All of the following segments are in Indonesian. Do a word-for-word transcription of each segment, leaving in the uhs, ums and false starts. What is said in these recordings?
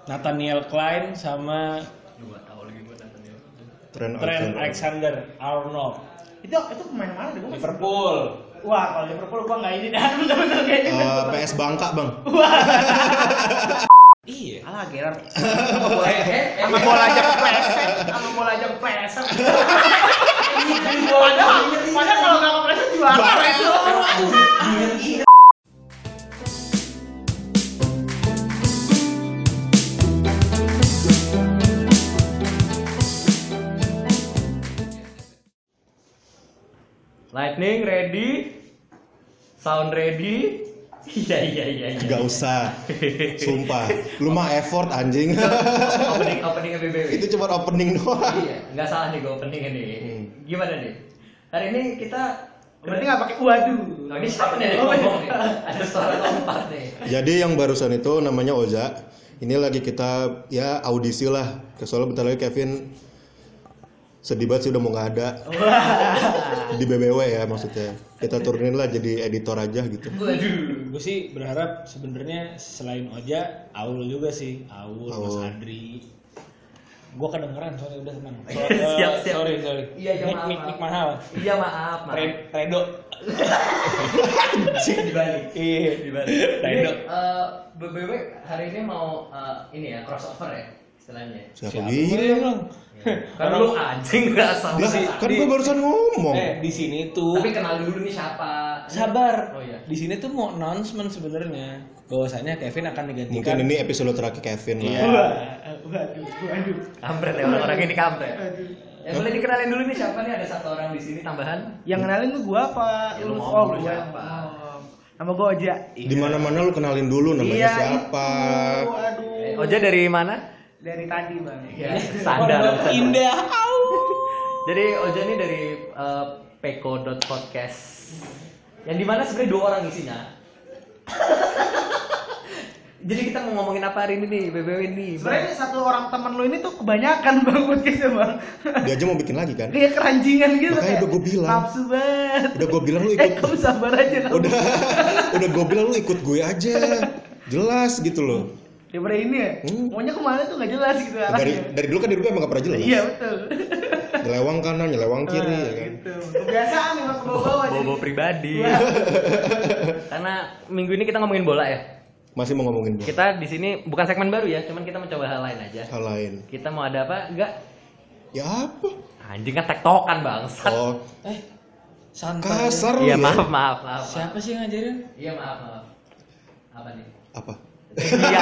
Nathaniel Klein sama Gua tahu lagi gua Nathaniel. Trent Alexander Arnold. Itu itu pemain mana deh? Liverpool. Wah, kalau Liverpool gua enggak ini dah, bener-bener kayak gitu. Uh, P S Bangka, Bang. Iya. Alah, Gerard. Sama bola sama bola aja kepleset, sama bola aja kepleset. Padahal, padahal kalau enggak kepleset juara itu. Lightning ready, sound ready. Iya iya iya. iya. Gak usah, sumpah. Lu mah effort anjing. Opening openingnya B B W. Itu cuma opening doang. Iya, nggak salah nih gue openingnya nih. Hmm. Gimana nih? Hari ini kita Berarti enggak pakai waduh. Oh, ini siapa nih yang ngomong nih? Ada suara lompat nih. Jadi yang barusan itu namanya Oza. Ini lagi kita ya audisi lah. Soalnya bentar lagi Kevin sedih banget sih udah mau nggak ada di B B W ya maksudnya. Kita turunin lah jadi editor aja gitu. Waduh. Gue sih berharap sebenarnya selain Oja, Aul juga sih. Aul, Mas Aul. Adri. Gue kedengeran soalnya udah tenang. So, Siap, siap. Sorry sorry. Iya, iya, Mik maaf, mik maaf. mik mahal. Iya maaf maaf. Re- Redo. Dibalik. Iya. Dibalik. Redo. Ini eh, B B W hari ini mau eh, ini ya crossover ya istilahnya. Siapa Siapa gitu? bilang? Kan lu anjing nggak salah. Lah, kan gue barusan ngomong. Eh di sini tuh. Tapi kenalin dulu nih siapa. Sabar. Oh iya. Di sini tuh mau announcement sebenarnya bahwasanya Kevin akan digantikan. Mungkin ini episode terakhir Kevin Iya. lah. Waduh, waduh. Kampret ya orang-orang ini kampret. Aduh. Ya boleh dikenalin dulu nih siapa nih, ada satu orang di sini tambahan. Yang kenalin tuh gua apa? Ya, lu Lu ngomong oh dulu gua. siapa? Oh. Nama gua Oja. Di mana-mana lu kenalin dulu namanya Iya, siapa. itu. Aduh. Eh, Oja dari mana? Dari tadi, Bang. Ya, standar. Indah. Jadi Oja ini dari uh, peko dot podcast. Yang dimana sebenarnya dua orang isinya. Jadi kita mau ngomongin apa hari ini nih, B B W ini? Sebenarnya satu orang teman lu ini tuh kebanyakan Bang podcastnya, Bang. Dia aja mau bikin lagi kan? Kayak keranjingan gitu. Makanya kayak udah gua bilang. Nafsu banget. Udah gue bilang lu Eh, ikut. kamu sabar aja kamu. Udah udah gue bilang lu ikut gue aja. Jelas gitu loh. Daripada ini ya. Hmm. Pokoknya kemana tuh nggak jelas gitu Dari arahnya. dari dulu kan diri gue emang gak pernah jelas. Iya, betul. Nyelewang kanan, nyelewang kiri Ah, ya kan. gitu. Kebiasaan nih ke bawah-bawah. jadi. Bobo pribadi. Wah. Karena minggu ini kita ngomongin bola ya. Masih mau ngomongin gue. Kita di sini bukan segmen baru ya, cuman kita mencoba hal lain aja. Hal lain. Kita mau ada apa? Enggak. Ya apa? Anjing kan tektokan bangsat. Oh, Eh santai. kasar lu Iya ya. maaf maaf maaf. Siapa sih yang ngajarin? Iya maaf maaf. Apa nih? Apa? Iya.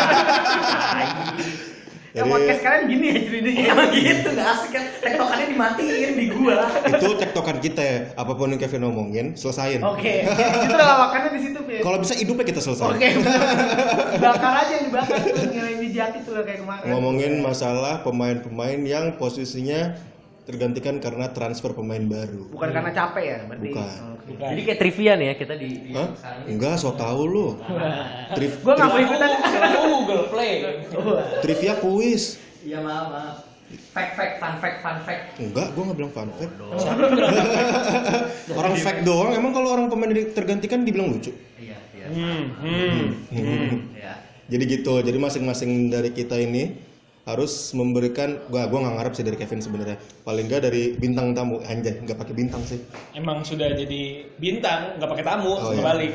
Ya Jadi podcast kalian gini ya ceritanya. Emang gitu nggak asik kan? Tektokannya dimatiin di gua. itu tektokan kita ya. Apapun yang Kevin ngomongin, selesain. Oke. Itu lawakannya di situ, Pit. Kalau bisa hidupnya kita selesain. Oke. Bakar aja yang dibakar tuh, ngelain di jati tuh kayak kemarin. Ngomongin masalah pemain-pemain yang posisinya tergantikan karena transfer pemain baru. Bukan karena capek ya, berarti. Bukan. Oke. Bukan. Jadi kayak trivia nih ya kita di, di Hah? sekarang ini. Enggak, so tau lu. Tri Gua nggak mau ikutan. Google Play. trivia kuis. Iya maaf maaf. Fact fact fun fact fun fact. Enggak, gua nggak bilang fun fact. Orang fact doang. Emang kalau orang pemain di- tergantikan dibilang lucu. Iya iya. Hmm, hmm. Hmm. Iya. Jadi gitu. Jadi masing-masing dari kita ini harus memberikan. Gua gua nggak ngarep sih dari Kevin sebenarnya. Paling nggak dari bintang tamu. Anjay, nggak pakai bintang sih. Emang sudah jadi bintang, nggak pakai tamu, Oh, iya. kebalik.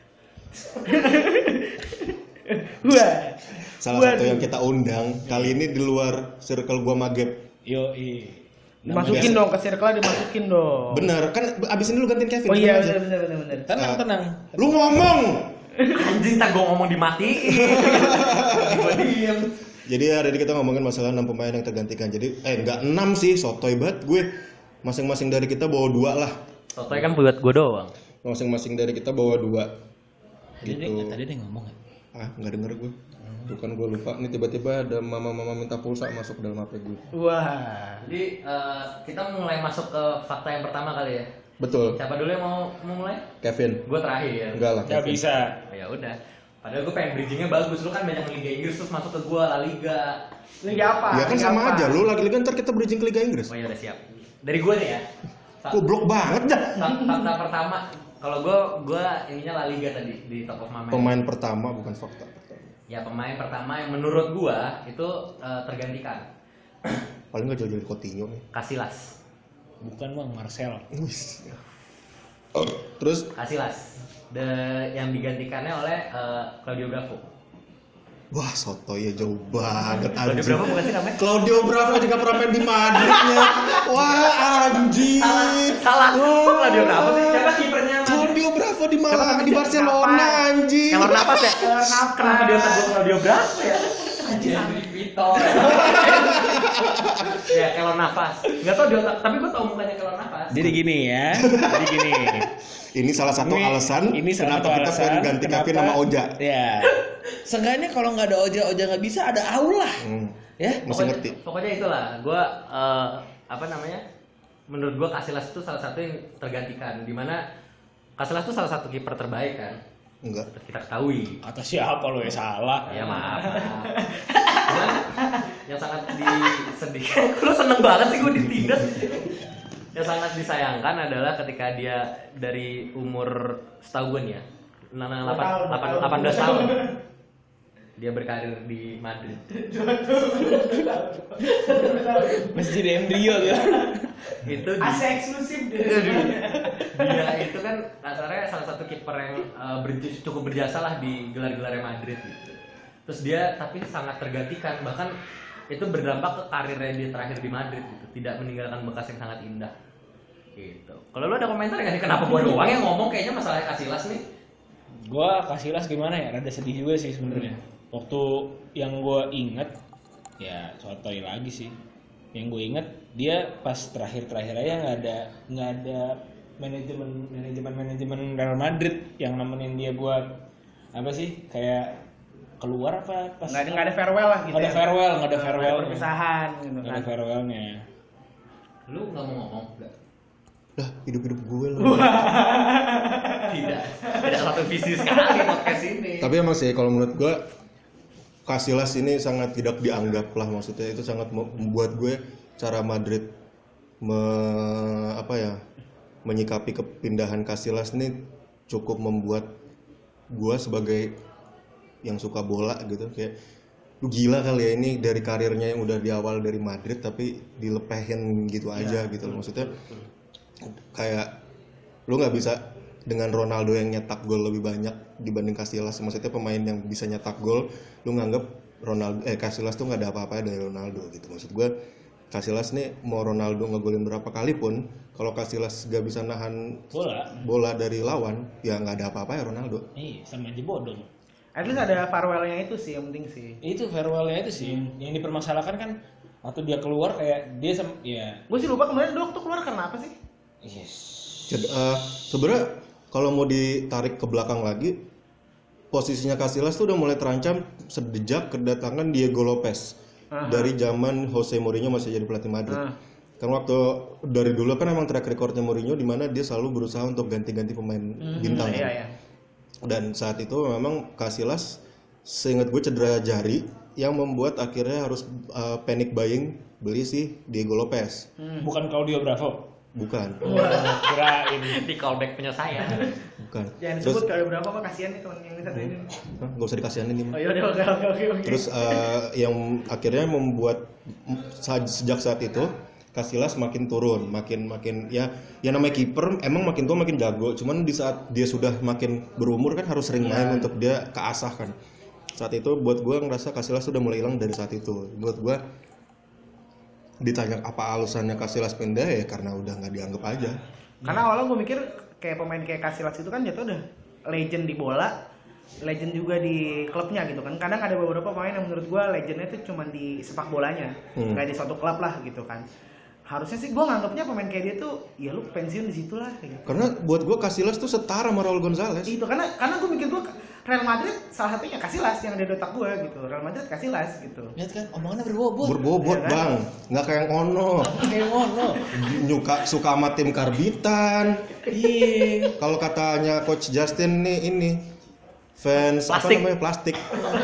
Wah. Salah Waduh. satu yang kita undang kali ini di luar circle gua magep. Yo i. Dimasukin dong ke circle, dimasukin dong. Bener kan? Abis ini lu gantiin Kevin. Oh iya, tenang aja. benar benar benar benar. Tenang Ah. tenang. Lu ngomong. Anjing tak gua ngomong dimatiin. Gua diem. Jadi hari ini kita ngomongin masalah enam pemain yang tergantikan. Jadi eh enggak enam sih, sotoy banget gue. Masing-masing dari kita bawa dua lah. Sotoy kan buat gua doang. Masing-masing dari kita bawa dua. Tadi Gitu. dia tadi dia ngomong ya. Ah, nggak denger gue. Tuh kan gue lupa. Nih tiba-tiba ada mama-mama minta pulsa masuk dalam H P gue. Wah. Jadi eh, kita mulai masuk ke fakta yang pertama kali ya. Betul. Siapa dulu yang mau, mau mulai? Kevin. Gua terakhir. Enggak lah. Nggak Kevin. bisa. Oh, ya udah. Padahal gue pengen bridgingnya bagus. Lu kan banyak Liga Inggris terus masuk ke gua La Liga. Liga apa? Ya kan Liga sama apa? aja. Lu lagi-lagi ntar kita bridging ke Liga Inggris. Oh ya udah siap. Dari gua nih ya. Fa- Goblok banget dah. fa- Fakta pertama. Kalau gua gua ininya La Liga tadi di top of my mind. Pemain pertama bukan fakta pertama. Ya pemain pertama yang menurut gua itu uh, tergantikan. Paling nggak jauh dari Coutinho nih. Casillas. Bukan bang, Marcel. Oh, terus Casillas. The yang digantikannya oleh uh, Claudio Bravo. wah soto ya jauh banget Claudio anjing. Bravo bukan sih namanya? Claudio Bravo juga pernah main di Madridnya. Wah anjing. Salah. Kok Claudio Bravo sih? Siapa kipernya? Claudio Bravo di Siapa mana? namanya? Di Barcelona Siapa? anjing. Kelor nafas ya? Kelor nafas. Kenapa dia otak gua Claudio Bravo ya? Anjing Vitor. Ya kelor nafas. Enggak tahu di otak, tapi gua tahu mukanya kelor nafas. Jadi gini ya, jadi gini. Ini salah satu Ini- alasan ini salah kenapa satu kita alasan pengen ganti Kevin kenapa- sama Oja. Ya. Seenggaknya kalau nggak ada Oja, Oja nggak bisa, ada Aul lah. Hmm. Ya. Mesti Pokoknya, ngerti. pokoknya itulah, gue uh, apa namanya? Menurut gue Casillas itu salah satu yang tergantikan. Dimana Casillas itu salah satu kiper terbaik kan, Enggak. kita ketahui. Kata siapa lo ya salah? Ya maaf. Dan yang sangat disedihkan, lu seneng banget sih gue ditindas. Yang sangat disayangkan adalah ketika dia dari umur setahu gue nih ya, delapan belas tahun. Dia berkarir di Madrid. Masih jadi embrio tuh. Itu di, Ase eksklusif deh. dia itu kan kasarnya salah satu kiper yang uh, berj- cukup berjasa lah di gelar-gelar Madrid gitu. Terus dia tapi sangat tergantikan, bahkan itu berdampak ke karirnya dia terakhir di Madrid gitu, tidak meninggalkan bekas yang sangat indah gitu. Kalau lu ada komentar nggak nih kenapa gua doang yang ngomong kayaknya masalah Casillas nih? Gua Casillas gimana ya? Rada sedih juga sih sebenarnya. Waktu yang gua inget, ya sotoy lagi sih. Yang gue inget dia pas terakhir-terakhir aja nggak ada nggak ada manajemen manajemen manajemen Real Madrid yang nemenin dia buat apa sih kayak keluar apa pas Nggak ada nggak ada farewell lah gitu. nggak ada ya. farewell nggak ada Nggak farewell perpisahan gitu nggak kan. ada farewellnya. Lu nggak mau ngomong? Nggak. Lah hidup-hidup gue lah. Tidak. Tidak satu visi sekali podcast ini. Tapi emang sih kalau menurut gue Casillas ini sangat tidak dianggap lah, maksudnya itu sangat membuat gue cara Madrid me, apa ya menyikapi kepindahan Casillas ini cukup membuat gue sebagai yang suka bola gitu kayak lu gila kali ya ini dari karirnya yang udah di awal dari Madrid tapi dilepehin gitu aja gitu loh, maksudnya kayak lu nggak bisa dengan Ronaldo yang nyetak gol lebih banyak dibanding Casillas, maksudnya pemain yang bisa nyetak gol lu nganggep Ronaldo eh Casillas tuh nggak ada apa-apa dari Ronaldo gitu. Maksud gue Casillas nih mau Ronaldo ngegolin berapa kali pun kalau Casillas gak bisa nahan Bola. bola dari lawan ya nggak ada apa-apa ya Ronaldo. Iya, sama aja bodoh. At least ada farewellnya itu sih yang penting sih. Itu farewellnya itu sih yang dipermasalahkan kan waktu dia keluar kayak dia sem ya Gue sih lupa kemarin dok tuh keluar karena apa sih? yes. Jadi uh, sebenarnya kalau mau ditarik ke belakang lagi posisinya Casillas tuh udah mulai terancam sejak kedatangan Diego Lopez. Aha. Dari zaman Jose Mourinho masih jadi pelatih Madrid. Ah. Karena waktu dari dulu kan emang track recordnya Mourinho di mana dia selalu berusaha untuk ganti-ganti pemain bintang. Iya kan. iya. Dan saat itu memang Casillas seingat gue cedera jari yang membuat akhirnya harus uh, panic buying beli si Diego Lopez. Bukan Claudio Bravo. Bukan, Kirain. Di callback penyelesaian. bukan. Jangan Terus disebut kalau berapa apa kasihan nih teman yang satu ini. Hah, gak usah dikasihanin nih. Oh Man. iya udah oke oke oke oke. Terus uh, yang akhirnya membuat sa- sejak saat itu Casillas makin turun, makin makin ya ya namanya kiper emang makin tua makin jago. Cuman di saat dia sudah makin berumur kan harus sering main untuk dia keasah kan. Saat itu buat gue ngerasa Casillas sudah mulai hilang dari saat itu. Buat gue ditanya apa alasannya Casillas pindah ya karena udah nggak dianggap aja. Karena awalnya gue mikir kayak pemain kayak Casillas itu kan jatuh udah legend di bola, legend juga di klubnya gitu kan. Kadang ada beberapa pemain yang menurut gue legendnya itu cuma di sepak bolanya, Hmm. nggak di suatu klub lah gitu kan. Harusnya sih gue nganggapnya pemain kayak dia tuh ya lu pensiun di situ lah gitu. Karena buat gue Casillas tuh setara sama Raul Gonzalez. Itu karena karena gue mikir gue Real Madrid salah satunya Casillas yang ada di otak gue gitu. Real Madrid Casillas gitu. Lihat kan omongannya berbobot. Berbobot Iya kan? bang, nggak kayak yang ono. Kayak ngono. Nyuka suka sama tim karbitan. Iya. Kalau katanya Coach Justin nih ini fans apa Plastik. namanya plastik.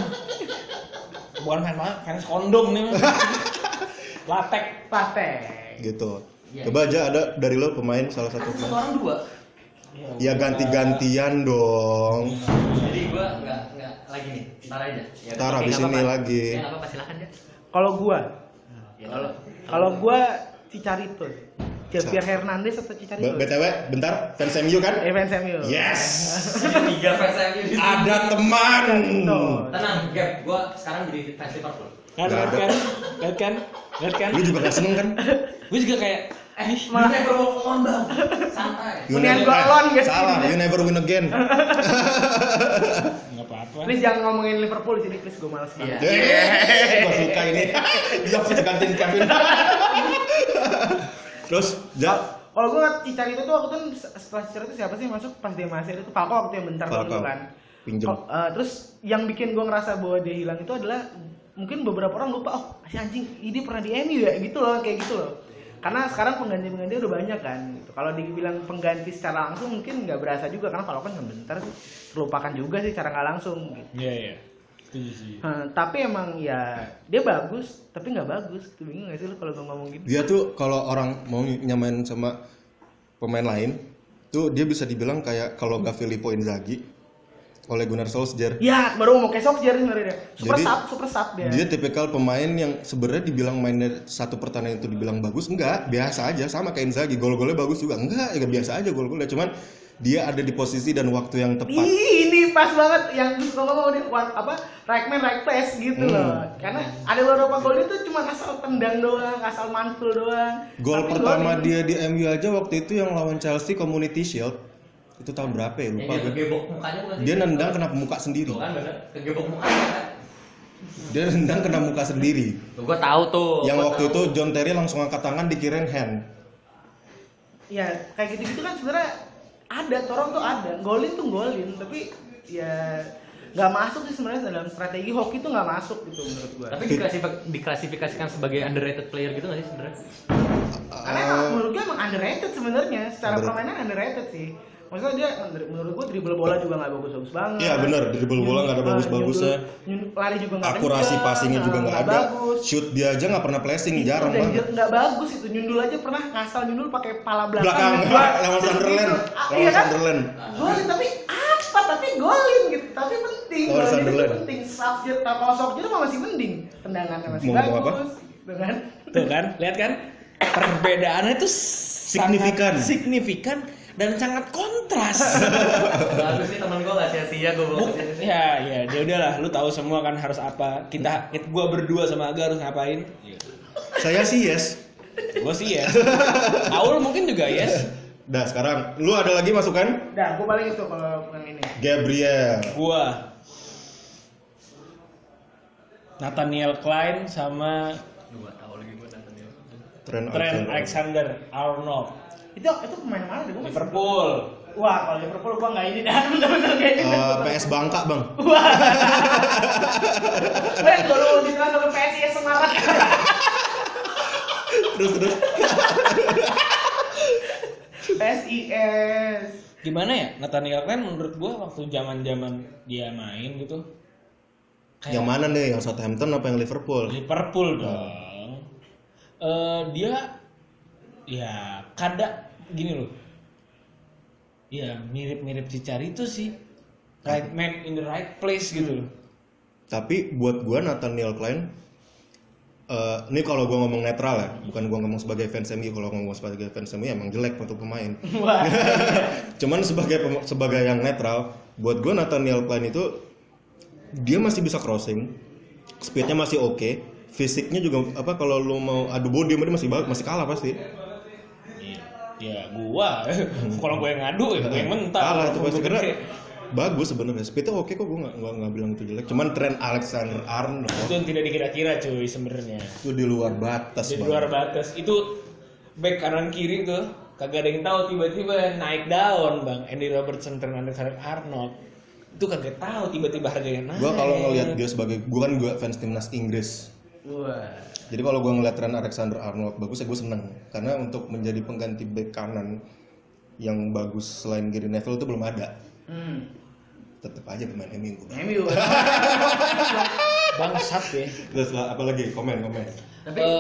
Bukan fans fans kondom nih. Mas. Latek. Patek. Gitu. Iya. Coba aja ada dari lo pemain salah satu Satu pemain. orang dua. Ya ganti-gantian dong. Jadi gua nggak nggak lagi nih, ntar aja. Ya, Ntar oke, habis nggak ini apa-apa. lagi. Ya nggak apa-apa, silakan ya. Kalau gua, Ya, kalau kalau gua Chicharito, Javier Hernandez atau B- Chicharito? BTW, bentar, fans M U kan? Evans M U. Yes. Tiga fans M U di sini. Ada teman. Tuh. Tenang, Gap. Gua sekarang jadi fans Liverpool. Kan, Nggak lihat ada. kan, lihat kan, lihat kan. Lu juga gak seneng kan? Gue juga kayak, Eh, Malah- malah never walk alone, Bang. Santai. You Mendingan never- gua eh, alone, guys. Salah, you never win again. nggak apa-apa. Please jangan ngomongin Liverpool di sini, please gue males Iya. banget. Yeay, gua suka ini. Dia bisa gantiin Kevin. Terus, Ja, Kalau gue Chicharito tuh waktu itu setelah Chicharito siapa sih yang masuk pas dia masih itu Falco waktu yang bentar Falcao. dulu kan. Pinjem. Kok, eh, terus yang bikin gue ngerasa bahwa dia hilang itu adalah mungkin beberapa orang lupa, oh si anjing ini pernah di M U ya gitu loh, kayak gitu loh. Karena sekarang pengganti-pengganti udah banyak kan. Gitu. Kalau dibilang pengganti secara langsung mungkin nggak berasa juga karena kalau kan bentar sih terlupakan juga sih cara nggak langsung. Gitu. Iya iya. Setuju sih. Nah, tapi emang ya dia bagus, tapi nggak bagus. Tuh bingung nggak sih lu kalau gue ngomong gitu? dia tuh kalau orang mau nyamain sama pemain lain, tuh dia bisa dibilang kayak kalau nggak Filippo Inzaghi, Ole Gunnar Solskjaer. Ya, baru mau kayak Solskjaer sebenarnya dia. Super Jadi, sub, super sub dia. Dia tipikal pemain yang sebenarnya dibilang mainnya satu pertandingan itu dibilang bagus, enggak, biasa aja, sama kayak Inzaghi, gol-golnya bagus juga, enggak, ya biasa aja gol-golnya, cuman dia ada di posisi dan waktu yang tepat. Ih, ini pas banget yang suka ngomong dia what, apa right man right place gitu Hmm. loh. Karena ada beberapa gol itu cuma asal tendang doang, asal mantul doang. Gol Tapi pertama golin. dia di M U aja waktu itu yang lawan Chelsea Community Shield. Itu tahun berapa ya? Yang Lupa dia gue. kegebok mukanya bukan sih? Dia nendang kena muka sendiri. Tuh kan bener, kegebok mukanya kan. Dia nendang kena muka sendiri. Tuh gua tahu tuh. Yang gua waktu tahu. itu John Terry langsung angkat tangan dikirain hand. Ya kayak gitu-gitu kan sebenarnya ada, Torong tuh ada, golin tuh golin, tapi ya nggak masuk sih sebenarnya dalam strategi hoki tuh nggak masuk gitu menurut gua. Tapi diklasifik- diklasifikasikan sebagai underrated player gitu nggak sih sebenarnya? Karena emang menurut gua emang underrated sebenarnya, secara Underrated. permainan underrated sih. Maksudnya dia menurut gua dribble bola juga nggak bagus-bagus banget. Iya, bener, dribble bola nggak ada Nyundul- bagus-bagusnya. nyundul- nyundul- lari juga nggak Akurasi kencang, passingnya juga nggak ada. bagus. Shoot dia aja nggak pernah flashing, Itu jarang udah banget. nggak bagus itu, nyundul aja pernah ngasal nyundul pakai pala belakang. Belakang, gitu. lawan Terus Sunderland, gitu. Ah, lawan iya kan? Sunderland. Golin tapi apa? Tapi golin gitu. Tapi penting. Lawan Golin itu Sunderland. penting. Subject kalau subject mah masih mending. Tendangannya masih Mau ngomong apa? bagus. Gitu kan? Tuh kan, lihat kan? Perbedaannya tuh sangat Signifikan. signifikan dan sangat kontras. Bagus sih teman gua nggak sia-sia gua bawa Buk, kesini sih. ya, ya, ya udahlah, lu tahu semua kan harus apa. Kita, kita gua berdua sama Aga harus ngapain? Saya sih yes. Gua sih ya. Aul mungkin juga yes. Dah sekarang, lu ada lagi masukan? Dah, gua balik itu kalau yang ini. Gabriel. Gua Nathaniel Klein sama Gua tahu lagi gua nonton dia. Trent Trent Alexander. Alexander-Arnold, Itu itu pemain mana deh? Gua masih- Liverpool. Wah, kalau Liverpool gua nggak ini dah. Bener-bener kayak gitu. Eh, P S Bangka bang. Ben, kalau di kelas sama P S I S Semarang. Terus terus. P S I S. Gimana ya? Nathaniel Klein menurut gua waktu zaman-zaman dia main gitu. Yang mana nih? Yang Southampton apa yang Liverpool? Liverpool dong. Eh, dia ya kada gini loh. Ya mirip-mirip Chicharito sih. Right man in the right place gitu loh. Tapi buat gua Nathaniel Klein, eh, ini kalau gua ngomong netral ya, bukan gua ngomong sebagai fans M U. Kalau ngomong sebagai fans M U emang jelek untuk pemain. Wah. Cuman sebagai pem- sebagai yang netral, buat gua Nathaniel Klein itu dia masih bisa crossing, speednya masih oke, fisiknya juga apa kalau lu mau adu body dia masih bagus, masih kalah pasti. Iya. Ya gua kalau gue yang ngadu ya gue yang mental. Kalah itu Gua pasti karena gede. bagus sebenarnya, speednya oke kok, gua nggak nggak nggak bilang itu jelek. Cuman Trent Alexander-Arnold Itu yang tidak dikira-kira cuy sebenarnya. itu di luar batas Di banget. luar batas. Itu back kanan kiri tuh kagak ada yang tahu tiba-tiba naik daun bang. Andy Robertson, Trent Alexander-Arnold itu kagak tahu tiba-tiba harganya naik. Gua kalau ngelihat dia sebagai, gua kan gua fans timnas Inggris. Wah. Jadi kalau gua ngeliat Trent Alexander-Arnold bagus ya gue seneng. Karena untuk menjadi pengganti back kanan yang bagus selain Gary Neville itu belum ada. Hmm. Tetep aja pemain M U. M U. bangsat ya. Terus lah, apalagi komen komen. Tapi Eh,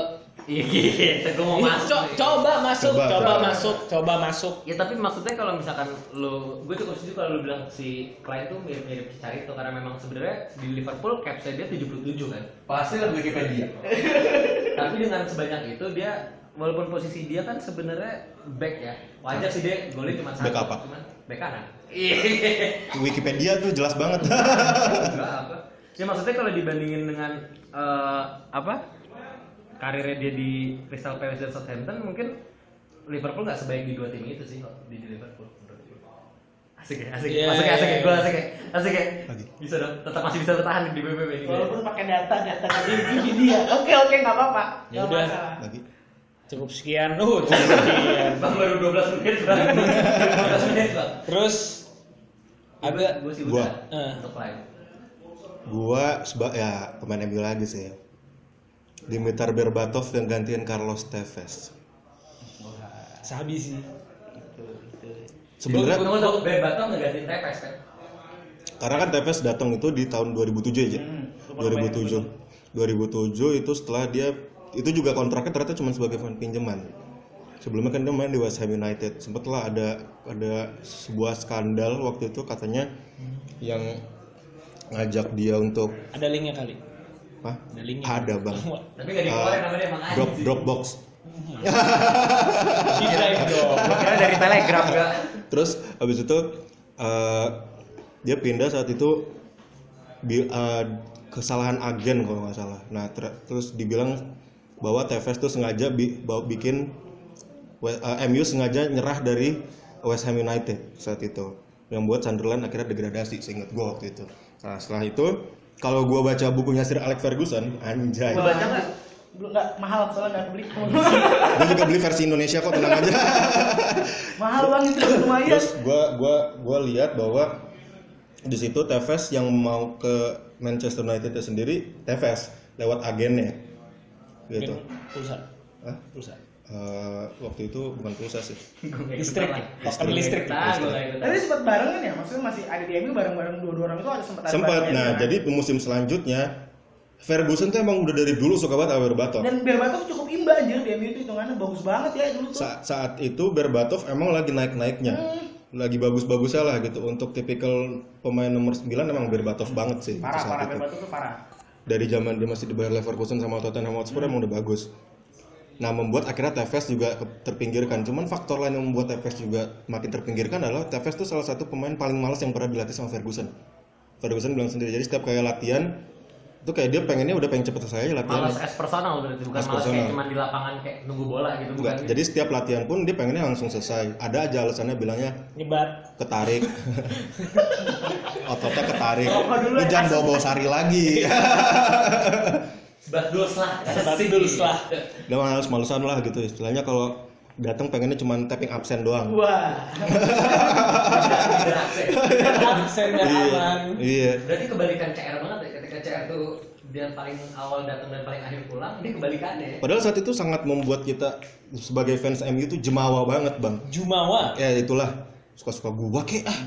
Iya gitu, gue mau Ih, masuk. co- nih. coba masuk, Coba. coba, masuk, coba masuk. Ya tapi maksudnya kalau misalkan lu, gue cukup setuju kalau lu bilang si Klein tuh mirip-mirip Chicharito karena memang sebenarnya di Liverpool capsnya dia tujuh puluh tujuh kan. Pasti lah Wikipedia. Tapi dengan sebanyak itu dia walaupun posisi dia kan sebenarnya back ya. Wajar sih dia golin cuma satu. Back apa? Cuman back kanan. Wikipedia tuh jelas banget. Enggak apa. Ya maksudnya kalau dibandingin dengan eh, apa? Karirnya dia di Crystal Palace dan Southampton mungkin Liverpool nggak sebaik di dua tim itu sih di, di Liverpool menurut gue. Asik ya, asik, Yeah. asik ya, asik ya, gue asik ya, asik ya. Lagi. Bisa dong, tetap masih bisa bertahan di B B B ini. Walaupun pakai data data dari Wikipedia. Oke oke nggak apa-apa. Ya Nggak udah. masalah. Lagi. Cukup sekian. Uh, cukup sekian. Bang baru dua belas menit, bang. dua belas menit bang. Terus ada gue sih Gua. udah Eh. untuk lain. Gua seba ya pemain M U lagi sih. Dimitar Berbatov yang gantiin Carlos Tevez. sabi sih. Sebenarnya Tunggu tunggu, Berbatov ngegantiin Tevez kan? karena kan Tevez datang itu di tahun dua ribu tujuh aja. Hmm, super dua ribu pemain, tujuh. dua ribu tujuh itu setelah dia itu juga kontraknya ternyata cuma sebagai pinjaman. Sebelumnya kan dia main di West Ham United. Sempatlah ada ada sebuah skandal waktu itu katanya yang ngajak dia untuk Ada linknya kali. apa? Ada linknya. Ada bang. Tapi nggak dikeluarin Ah, namanya emang Drop anjing. Dropbox. Di drive dong. Kira dari Telegram enggak? Terus habis itu eh, dia pindah saat itu bi- eh, kesalahan agen kalau nggak salah. Nah ter- terus dibilang bahwa Tevez tuh sengaja bi- bawa bikin W- eh, M U sengaja nyerah dari West Ham United saat itu, yang buat Sunderland akhirnya degradasi seingat gue waktu itu. Nah setelah itu kalau gue baca bukunya Sir Alex Ferguson, anjay. Lu baca nggak? Belum nggak mahal soalnya nggak beli. Gue juga beli versi Indonesia kok, tenang aja. Mahal banget itu lumayan. Terus gue gua gua lihat bahwa di situ Tevez yang mau ke Manchester United sendiri, Tevez lewat agennya gitu. Pulsa. Hah? Pulsa. Eh, waktu itu bukan pulsa sih. Listrik. Token listrik. Nah, gue nggak ikutan. Tapi sempat barengan ya, maksudnya masih ada di M U bareng-bareng dua-dua orang itu ada sempat ada Sempat. barengan Nah, kan? jadi musim selanjutnya Ferguson tuh emang udah dari dulu suka banget sama Berbatov. dan Berbatov cukup imba anjir di M U itu hitungannya bagus banget ya dulu tuh. Sa- saat itu Berbatov emang lagi naik-naiknya. Hmm. Lagi bagus-bagusnya lah gitu. Untuk tipikal pemain nomor sembilan emang Berbatov banget sih Parah, saat parah itu. Berbatov tuh parah. Dari zaman dia masih di Bayer Leverkusen sama Tottenham Hotspur emang udah bagus. Nah, membuat akhirnya Tevez juga ke- terpinggirkan. Cuman faktor lain yang membuat Tevez juga makin terpinggirkan adalah Tevez tuh salah satu pemain paling malas yang pernah dilatih sama Ferguson. Ferguson bilang sendiri, jadi setiap kayak latihan itu kayak dia pengennya udah pengen cepet selesai aja latihan. Malas as personal berarti, bukan As malas personal. kayak cuma di lapangan kayak nunggu bola gitu, bukan? Enggak, jadi setiap latihan pun dia pengennya langsung selesai. Ada aja alasannya bilangnya Nyebat. ketarik. Ototnya ketarik. Rokok dulu Lu ya, jangan asik. bawa-bawa sari lagi. Sebat dulus lah. Sebat Asik. dulus lah. Udah males-malesan lah gitu. Istilahnya kalau datang pengennya cuma tapping absen doang. Wah. Tidak aksen. Absen dan aman. Iya. Berarti kebalikan C R banget ya, ketika C R tuh dia paling awal datang dan paling akhir pulang, ini kebalikannya ya. Padahal saat itu sangat membuat kita sebagai fans M U itu jemawa banget, Bang. Jumawa. Ya itulah, suka-suka gua kek ah.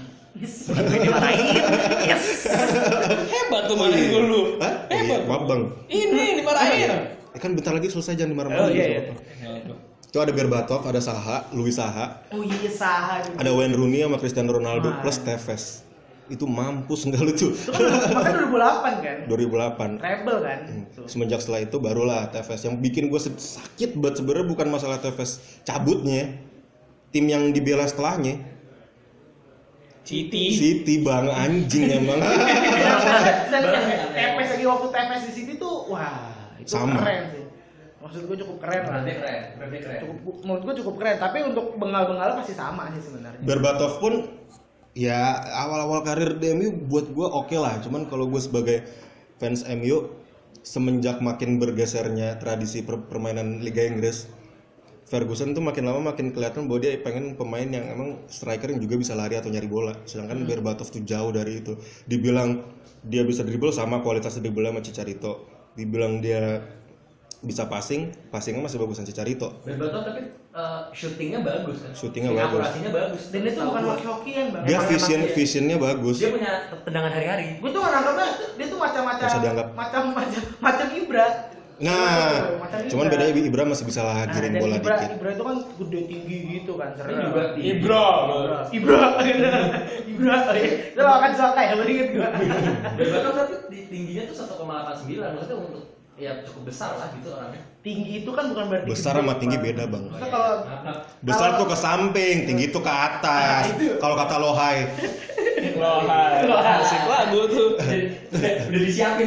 Yes. Hebat tuh main dulu. Hah? Oh, iya, Hebat. maaf, Bang. Ini dimarahin. Eh, kan bentar lagi selesai jangan dimarah-marah. Oh iya iya. Itu ada Berbatov, ada Saha, Luis Saha, Oh iya Saha juga. ada Wayne Rooney sama Cristiano Ronaldo Wah. plus Tevez. Itu mampus enggak lu tuh. Itu kan makanya dua ribu delapan kan. dua ribu delapan. Treble kan. Tuh. Semenjak setelah itu barulah Tevez yang bikin gue sakit banget sebenarnya bukan masalah Tevez cabutnya, tim yang dibela setelahnya. Citi. City bang anjing emang. Dan Barang yang ya, Tevez lagi waktu Tevez di City tuh wah itu Sama. keren sih. Maksud gue cukup keren lah. Berarti keren, berarti keren. Cukup menurut gue cukup keren. Tapi untuk bengal-bengal pasti sama sih sebenarnya. Berbatov pun ya awal-awal karir di M U buat gue oke lah. Cuman kalau gue sebagai fans M U semenjak makin bergesernya tradisi per- permainan Liga Inggris, Ferguson tuh makin lama makin kelihatan bahwa dia pengen pemain yang emang striker yang juga bisa lari atau nyari bola. Sedangkan Berbatov tuh jauh dari itu. Dibilang dia bisa dribble sama kualitas dribble sama Chicharito. Dibilang dia bisa passing, passingnya masih bagusan Chicharito. Berbatov tapi uh, shootingnya bagus kan? Shootingnya Kayak bagus. akurasinya bagus. Dan itu Tahu bukan gua. hoki-hokian bang. Dia Emang- vision emang dia- visionnya bagus. Dia punya tendangan hari-hari. Gue tuh nggak nangkepnya dia tuh macam-macam Masa dianggap? macam-macam macam Ibra. Nah, Macam cuman Ibra. bedanya Ibra masih bisa lah Nah, giring dan bola Ibra, dikit. Ibra itu kan gede tinggi gitu kan, Ini serem. juga tinggi. Ibro. Ibra, Ibra, oh iya. Lo makan soka ya, baru inget gua. Dan bahkan tapi di- tingginya tuh satu koma delapan sembilan, maksudnya untuk ya cukup besar lah gitu orangnya. Tinggi itu kan bukan berarti Besar gede, sama tinggi Pak. beda, Bang. Maksudnya kalau Besar kalau- tuh ke samping, tinggi tuh ke atas. Nah, itu. Kalau kata Lohai. Loh, hai. Asik lagu tuh. udah, udah, udah disiapin.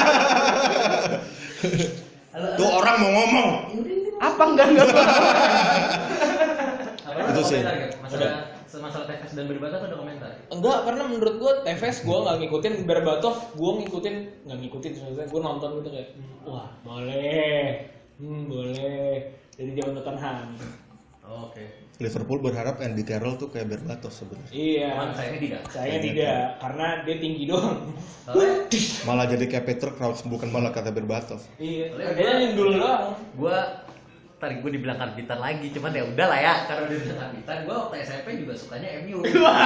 Halo, Tuh orang mau ngomong. apa enggak enggak Apa Itu ada sih. komentar nggak? Masalah masalah T V S dan Berbatov ada komentar. Enggak, karena menurut gua T V S gua nggak ngikutin, Berbatov gua ngikutin, nggak ngikutin sebenarnya. Gua nonton gitu kayak, wah boleh, hmm, boleh. Jadi zaman Tottenham. Oh, Oke. Liverpool berharap Andy Carroll tuh kayak Berbatov sebenarnya. Iya. Cuman sayangnya tidak. Saya tidak, karena dia tinggi doang. Soalnya Malah jadi kayak Peter Crouch bukan malah kata Berbatov. Iya. Soalnya Dia gua- nyundul doang. gua tadi gue dibilang karbitan lagi, cuman ya udah lah ya, karena udah bilang karbitan, gua waktu S M P juga sukanya M U.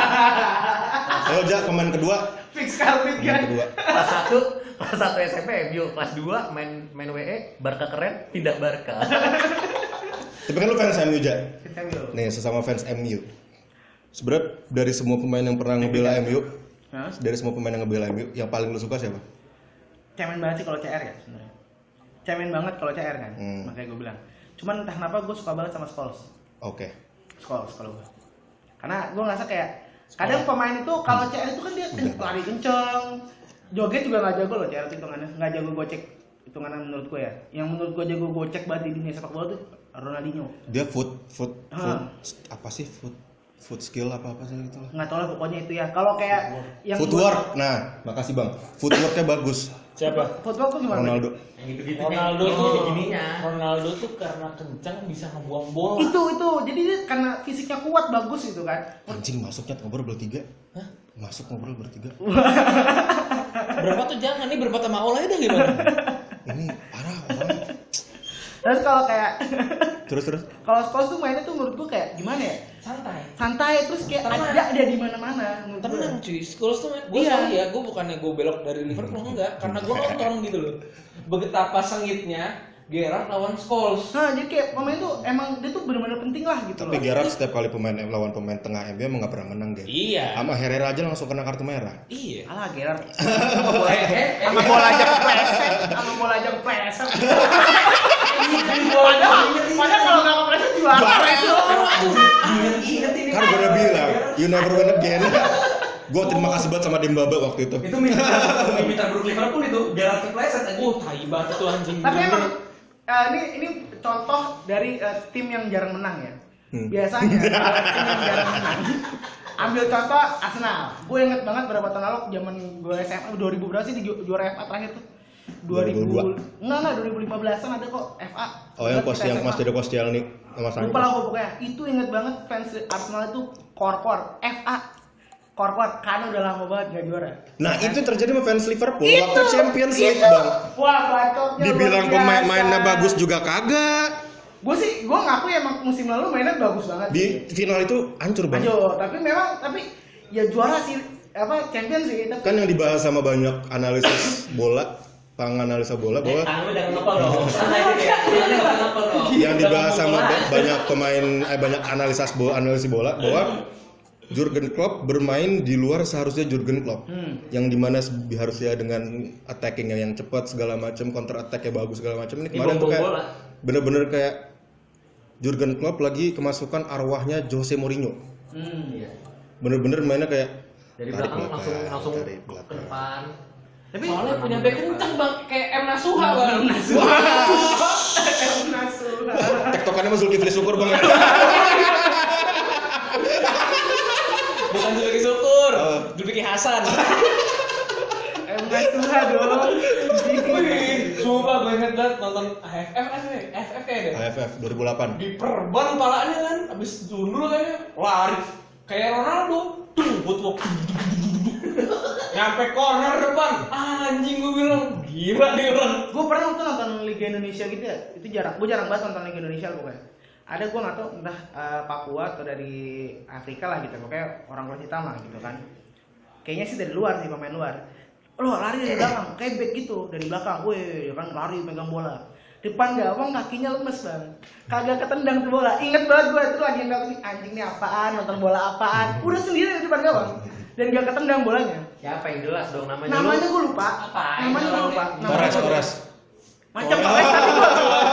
Ayo Jak, pemain kedua. fix karpet Pemain kan. kedua. Kelas satu, kelas satu S M P M U, kelas dua main main W E, Barca keren, pindah Barca. Tapi kan lu fans M U Jak. Kita dulu. Nih sesama fans M U. Sebenarnya dari semua pemain yang pernah ngebela M U, Hah? dari semua pemain yang ngebela M U, yang paling lu suka siapa? Cemen banget sih kalau C R ya sebenarnya. Cemen banget kalau C R kan. Hmm. Makanya gue bilang. Cuman entah kenapa gue suka banget sama Scholes. Oke. Scholes kalau gue. Karena gue ngerasa kayak kadang pemain itu kalau C R itu kan dia ken- lari kenceng, joget juga nggak jago loh C R itu hitungannya, nggak jago gocek hitungannya menurut gue ya. Yang menurut gue jago gocek banget di dunia sepak bola tuh Ronaldinho. Dia foot foot foot Ah. apa sih foot foot skill apa apa sih itu lah. Nggak tahu lah pokoknya itu ya. Kalau kayak yang Footwork. Nah, makasih Bang. Footworknya bagus. Siapa? Footwork tuh gimana? Ronaldo. Yang gitu-gitu. Ronaldo yang tuh, gininya. Ronaldo tuh karena kencang bisa ngebuang bola. Itu itu. Jadi dia karena fisiknya kuat bagus gitu kan. Anjing masuknya ngobrol bertiga. Hah? Masuk ngobrol bertiga. Berapa tuh jangan nih berapa sama Ola dah gimana? Ini parah orang. Terus kalau kayak Terus terus. kalau Scholes tuh mainnya tuh menurut gue kayak gimana ya? Santai. Santai terus kayak Tenang. ada ada di mana-mana menurut gue. Tenang cuy, Scholes tuh gue Iya. sorry ya, gue bukannya gue belok dari Liverpool enggak, karena gue nonton gitu loh. Betapa sengitnya Gerrard lawan Scholes. Nah, jadi kayak pemain tuh emang dia tuh benar-benar penting lah gitu Tapi loh. Gerrard setiap kali pemain lawan pemain tengah M U emang gak pernah menang dia. Iya. Sama Herrera aja langsung kena kartu merah. Iya. Alah Gerrard. Sama bola Eh, eh, eh, sama bola aja kepleset, sama bola aja kepleset. Padahal, padahal kalau nggak kepleset juara Juara. itu. Ingat ini. Kan gue udah bilang, you never win again. Gue terima kasih banget sama Dembaba waktu itu. Itu mimpi mimpi terburuk Liverpool itu, Gerrard kepleset aja. Oh, tai banget tuh anjing. Tapi emang eh, ini ini contoh dari eh, tim yang jarang menang ya. Hmm. Biasanya kalau tim yang jarang menang. Ambil contoh Arsenal. Gue inget banget berapa tahun lalu zaman gue S M A dua ribu berapa sih di ju- juara F A terakhir tuh? dua ribu dua ribu dua. Enggak enggak dua ribu lima belasan ada kok F A. Oh yang Ingat kos kita yang S M A. Mas Dede Koscielny sama Sanchez. Lupa lah gue pokoknya. Itu inget banget fans Arsenal itu kor-kor F A. Kor-kor karena udah lama banget gak juara. Nah itu terjadi sama fans Liverpool Itu, waktu Champions League itu. bang. Wah bacotnya Dibilang luar biasa. pemain-mainnya bagus juga kagak. Gue sih, gue ngaku emang musim lalu mainnya bagus banget Di sih. final itu hancur bang. Ajo, tapi memang tapi ya juara sih apa champion sih tapi Kan yang dibahas sama banyak analisis bola, panganalisa bola bahwa Tangan lu jangan ngepel dong. Santai aja ya. Tangannya jangan ngepel dong. yang dibahas sama ba- banyak pemain eh, banyak analisis bola, analisis bola bahwa Jurgen Klopp bermain di luar seharusnya Jurgen Klopp Hmm. yang dimana se- harusnya dengan attacking yang cepat segala macam, counter attack yang bagus segala macam. Ini kemarin tuh Dibom-bom kayak bola. bener-bener kayak Jurgen Klopp lagi kemasukan arwahnya Jose Mourinho. hmm. Iya. Bener-bener mainnya kayak Dari tarik belakang langsung langsung tarik ke belakang. depan. Tapi Soalnya punya back kenceng bang, kayak M Nasuha bang. Tektokannya sama Zulkifli Syukur bang ya. Bukan Zulkifli Syukur, Oh. Zulkifli Hasan. Emang Tuhan dong. Wih, sumpah gue inget banget nonton A F F kan ya, A F F kayak deh. A F F dua ribu delapan. Diperban palanya kan, abis jundul kayaknya, lari kayak Ronaldo, footwork, nyampe corner depan, anjing gue bilang, gila nih orang. Gue pernah waktu nonton Liga Indonesia gitu ya, itu jarang. Gue jarang banget nonton Liga Indonesia pokoknya. Ada gue nggak tahu entah eh, Papua atau dari Afrika lah gitu, pokoknya orang kulit hitam lah gitu kan. Kayaknya sih dari luar sih pemain luar. lo lari dari belakang, kayak back gitu dari belakang, weh kan lari megang bola. Depan gawang kakinya lemes bang, kagak ketendang tuh bola. Ingat banget gue itu lagi nonton anjing nih apaan, nonton bola apaan, udah sendiri di depan gawang dan gak ketendang bolanya. Siapa yang jelas dong namanya? Namanya gue lupa. Apaan? Namanya gue lupa. Torres, Torres. Macam Torres tapi gue.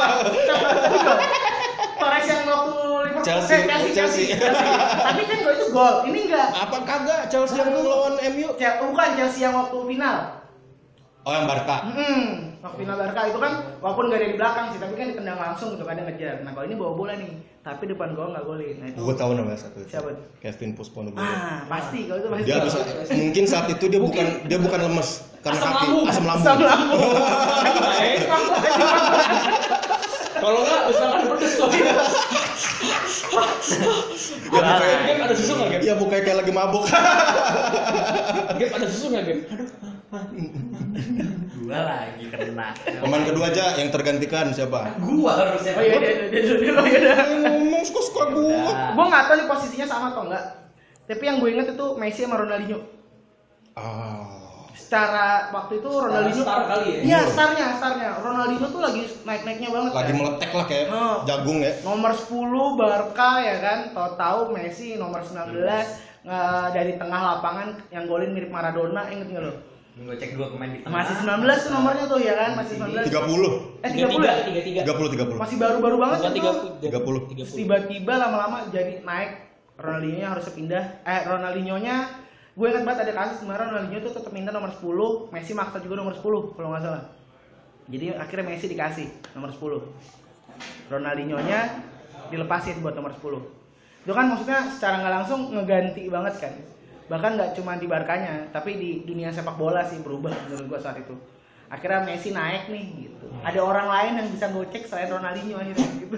Torres yang waktu Liverpool, Chelsea, eh, Chelsea, Chelsea. Chelsea. Tapi kan gue itu gol, ini enggak. Apa kagak Chelsea yang lawan M U? Chel- Bukan Chelsea yang waktu final. Oh yang Barca. Hmm, waktu final Barca itu kan walaupun gak ada di belakang sih, tapi kan ditendang langsung gitu kan dia ngejar. Nah kalau ini bawa bola nih, tapi depan gol nggak golin. Nah itu. Gue tahu namanya satu itu. Siapa? Kevin Puspono. Ah pasti kalau itu pasti. Dia bisa mungkin saat itu dia bukan dia bukan lemes karena Asam kaki lambung. asam lambung. Asam lambung. Kalau nggak bisa kan pedes kok. Ya mukanya Game ada susu nggak game? ya mukanya kayak lagi mabuk. Game ada susu nggak game? Gua lagi kena. Pemain kedua aja yang tergantikan siapa? Gua harusnya. Oh iya dia dia dia dia oh, iya, dia. Ngomong suka-suka gua. Gue nggak tahu nih posisinya sama atau enggak. Tapi yang gue inget itu Messi sama Ronaldinho. Ah. Secara waktu itu Ronaldinho Star kali ya? Iya, starnya, starnya. Ronaldinho tuh lagi naik-naiknya banget. Lagi kan? meletek lah kayak Oh. jagung ya. Nomor sepuluh Barca ya kan. Tahu-tahu Messi nomor sembilan belas nge- dari tengah lapangan yang golin mirip Maradona, inget nggak lo? Gue cek dua pemain di tengah. Masih sembilan belas tuh nomornya tuh ya kan, masih sembilan belas. tiga puluh. Eh tiga puluh. tiga tiga. tiga puluh tiga puluh. Masih baru-baru banget Bukan itu. tiga tiga puluh. Terus tiba-tiba lama-lama jadi naik. Ronaldinho-nya harus pindah. Eh Ronaldinho-nya gue ingat banget ada kasus kemarin Ronaldinho tuh tetap minta nomor sepuluh, Messi maksa juga nomor sepuluh kalau nggak salah. Jadi akhirnya Messi dikasih nomor sepuluh. Ronaldinho-nya dilepasin buat nomor sepuluh. Itu kan maksudnya secara nggak langsung ngeganti banget kan. Bahkan nggak cuma di Barkanya, tapi di dunia sepak bola sih berubah menurut gue saat itu. Akhirnya Messi naik nih gitu. Ada orang lain yang bisa gocek selain Ronaldinho akhirnya gitu.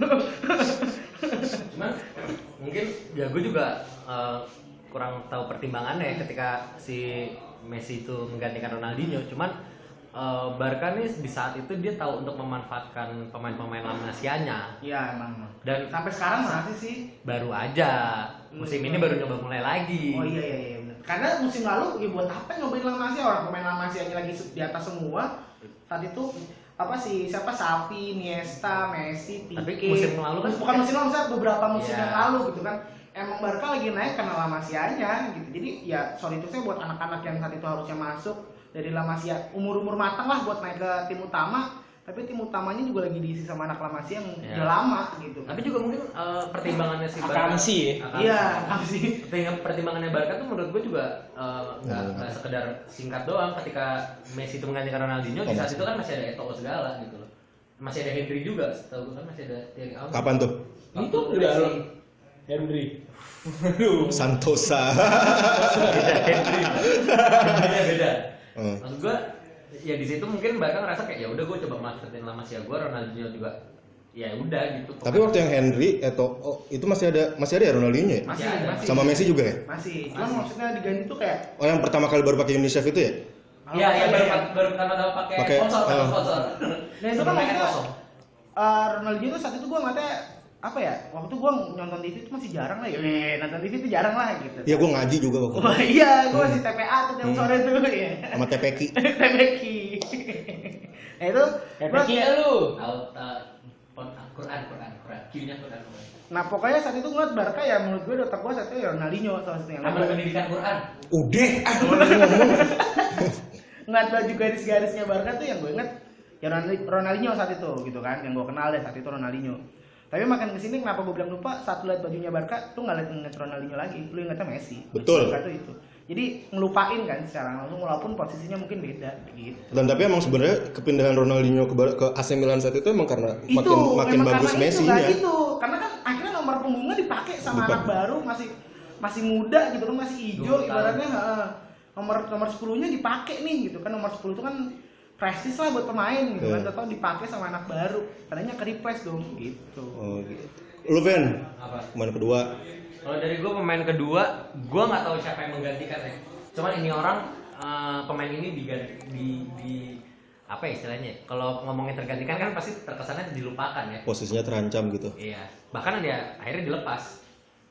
Cuman mungkin ya gue juga uh, kurang tahu pertimbangannya ketika si Messi itu menggantikan Ronaldinho. Cuman uh, Barca nih di saat itu dia tahu untuk memanfaatkan pemain-pemain La Masia-nya. Iya emang. Dan Sampai sekarang masih sih. baru aja musim ini baru nyoba mulai lagi. Oh iya iya iya benar. Karena musim lalu ya buat apa nyobain La Masia, orang pemain La Masia-nya lagi di atas semua. Tadi tuh apa sih siapa Xavi, Iniesta, Messi, Pique. Tapi musim lalu kan bukan musim lalu, misalnya beberapa musim Iya. yang lalu gitu kan. Emang Barca lagi naik karena La Masia-nya gitu. Jadi ya sorry itu saya buat anak-anak yang saat itu harusnya masuk dari La Masia umur-umur matang lah buat naik ke tim utama. Tapi tim utamanya juga lagi diisi sama anak La Masia yang Iya. udah lama gitu. Tapi juga mungkin uh, pertimbangannya si Barca. Akamsi ya? Akamsi. Iya, Akamsi. Pertimbangan- Pertimbangannya Barca tuh menurut gue juga uh, nggak Hmm. nggak sekedar singkat doang. Ketika Messi itu menggantikan Ronaldinho di saat itu kan masih ada Eto'o segala gitu loh. Masih ada Henry juga, setahu gue kan masih ada Thierry Henry. Kapan tuh? Itu di dalam Henry. Aduh. Santosa. Beda Henry. Beda beda. Hmm. Maksud gue ya di situ mungkin Barca ngerasa kayak ya udah gue coba manfaatin La Masia gue, Ronaldinho juga ya udah gitu. Tapi waktu yang Henry atau oh, itu masih ada masih ada ya Ronaldinho ya? Masih, Ya, masih. Sama Messi juga ya? Masih. Cuman Masih. maksudnya diganti tuh kayak Oh yang pertama kali baru pakai UNICEF itu ya? Iya, iya baru ya. baru pertama-tama pakai Pakai, sponsor, pakai uh. sponsor. Nah itu kan Sebelumnya maksudnya kosong. uh, Ronaldinho tuh saat itu gue ngeliatnya apa ya? Waktu gue nonton T V itu masih jarang lah ya. Eh, nonton T V itu jarang lah gitu. Iya gue ngaji juga waktu itu. Wah iya, gue masih T P A tuh jam Hmm. sore tuh ya. Sama T P K. T P K. Nah itu Efek ya lu. Tahu uh, Quran, Quran, Quran. Q-nya Quran. Quran. Nah pokoknya saat itu ngeliat Barca ya menurut gue otak gue saat itu ya Ronaldinho salah satunya. Taman Pendidikan Quran. Udah, aduh ngomong. Ngeliat baju garis-garisnya Barca tuh yang gue inget ya Ronald- Ronaldinho saat itu gitu kan, yang gue kenal deh saat itu Ronaldinho. Tapi makin kesini kenapa gue bilang lupa saat lu liat bajunya Barca tuh nggak liat inget Ronaldinho lagi, lu ingetnya Messi. Betul. Barca tuh itu. Jadi ngelupain kan secara langsung walaupun posisinya mungkin beda gitu. Dan tapi emang sebenarnya kepindahan Ronaldinho ke, Bar- ke A C Milan saat itu emang karena Itu makin makin memang bagus karena itu, Messi-nya. nggak gitu. Karena kan akhirnya nomor punggungnya dipakai sama Dipakai. anak baru masih masih muda gitu kan, masih hijau dua puluh tahun. ibaratnya heeh. Nomor nomor sepuluh-nya dipakai nih gitu kan, nomor sepuluh itu kan prestis lah buat pemain gitu kan, Iya. atau dipakai sama anak baru. Tadinya ke replace dong gitu. Oh gitu. Lu Ven, Apa? pemain kedua. Kalau dari gue pemain kedua, gue nggak tahu siapa yang menggantikan ya. Cuman ini orang eh, pemain ini diganti di, di apa ya istilahnya? Kalau ngomongin tergantikan kan pasti terkesannya dilupakan ya. Posisinya terancam gitu. Iya. Bahkan dia akhirnya dilepas.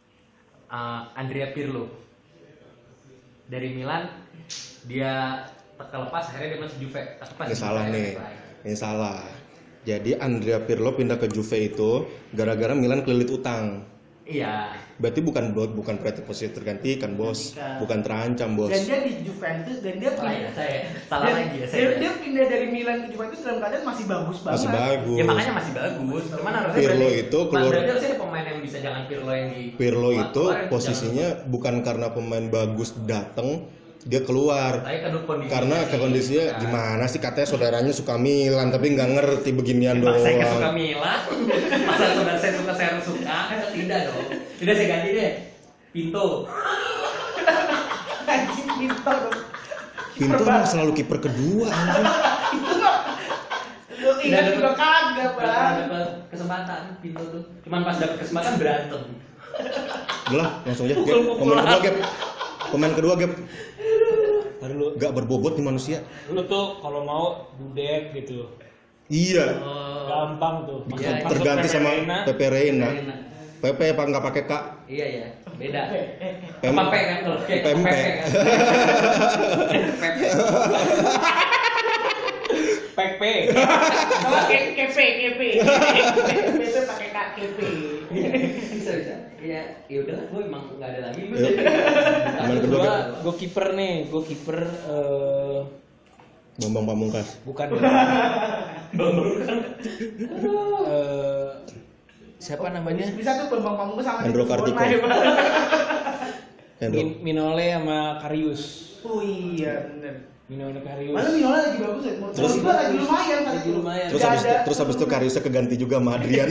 Eh, Andrea Pirlo dari Milan, dia terkelepas akhirnya dia masuk Juve. Tapi pas Ini di salah Juve, nih. lain. Ini salah. Jadi Andrea Pirlo pindah ke Juve itu gara-gara Milan kelilit utang. Iya. Berarti bukan bukan berarti posisi tergantikan, Bos. Tergantikan. Bukan terancam, Bos. Dan dia di Juventus dan dia Salah ya pindah. saya. Salah dan- lagi ya saya. Dia, dia pindah dari Milan ke Juventus dalam keadaan masih bagus banget. Masih bagus. Ya makanya masih bagus. Cuman harusnya Pirlo berarti- itu keluar- Berarti harusnya ada pemain yang bisa, jangan Pirlo yang di Pirlo keluar- itu keluar, posisinya bukan karena pemain bagus datang dia keluar. jangan- Tapi kan kondisi Karena ke kondisinya gimana sih, katanya saudaranya suka Milan tapi nggak ngerti beginian Mas saya nggak suka doang. Milan, masa saudara saya suka saya harus suka? Tidak dong. Tidak, saya ganti deh. Pinto. Anjing Pinto dong. Pintu mah selalu kiper kedua anjing. Lu ingat Udah juga dapet- kagak, Gak pernah Bang. dapet kesempatan Pinto tuh. Cuman pas dapet kesempatan berantem. Udah lah, langsung aja. Gap. Pukul-pukulan. Pemain kedua, Gap. Pemain kedua, Gap. Baru lu Gak berbobot nih manusia. lu tuh kalau mau dudek gitu. Iya. Oh. Gampang tuh. Masuk- Iya, masuk Terganti Pepe sama Reina. Pepe Reina. Enak. Pepe apa nggak pakai K? Iya ya, beda. Pem- Pepe kan kalau kayak Pempe. Pepe kan. Pepe. Pepe. Sama ke- kepe, kepe. Kepe pakai kak kepe. Bisa bisa. Iya, ya udahlah, gue emang nggak ada lagi. Gue Yuk. jadi- Pemain kedua, Gua Gap. gua kiper nih, gua kiper eh Bambang Pamungkas. bukan Baru kan. eh siapa namanya? Bisa tuh Bambang Pamungkas sama Andro Titus Kartiko. Bonai, Bang. Hendro. Min- Minole sama Karius. Oh iya bener. Minole Karius. Mana Minola lagi bagus ya? Menurut Terus- gua lagi lumayan saat Lagi itu. lumayan. Terus Nggak habis ada- terus habis itu Kariusnya keganti juga sama Adrian.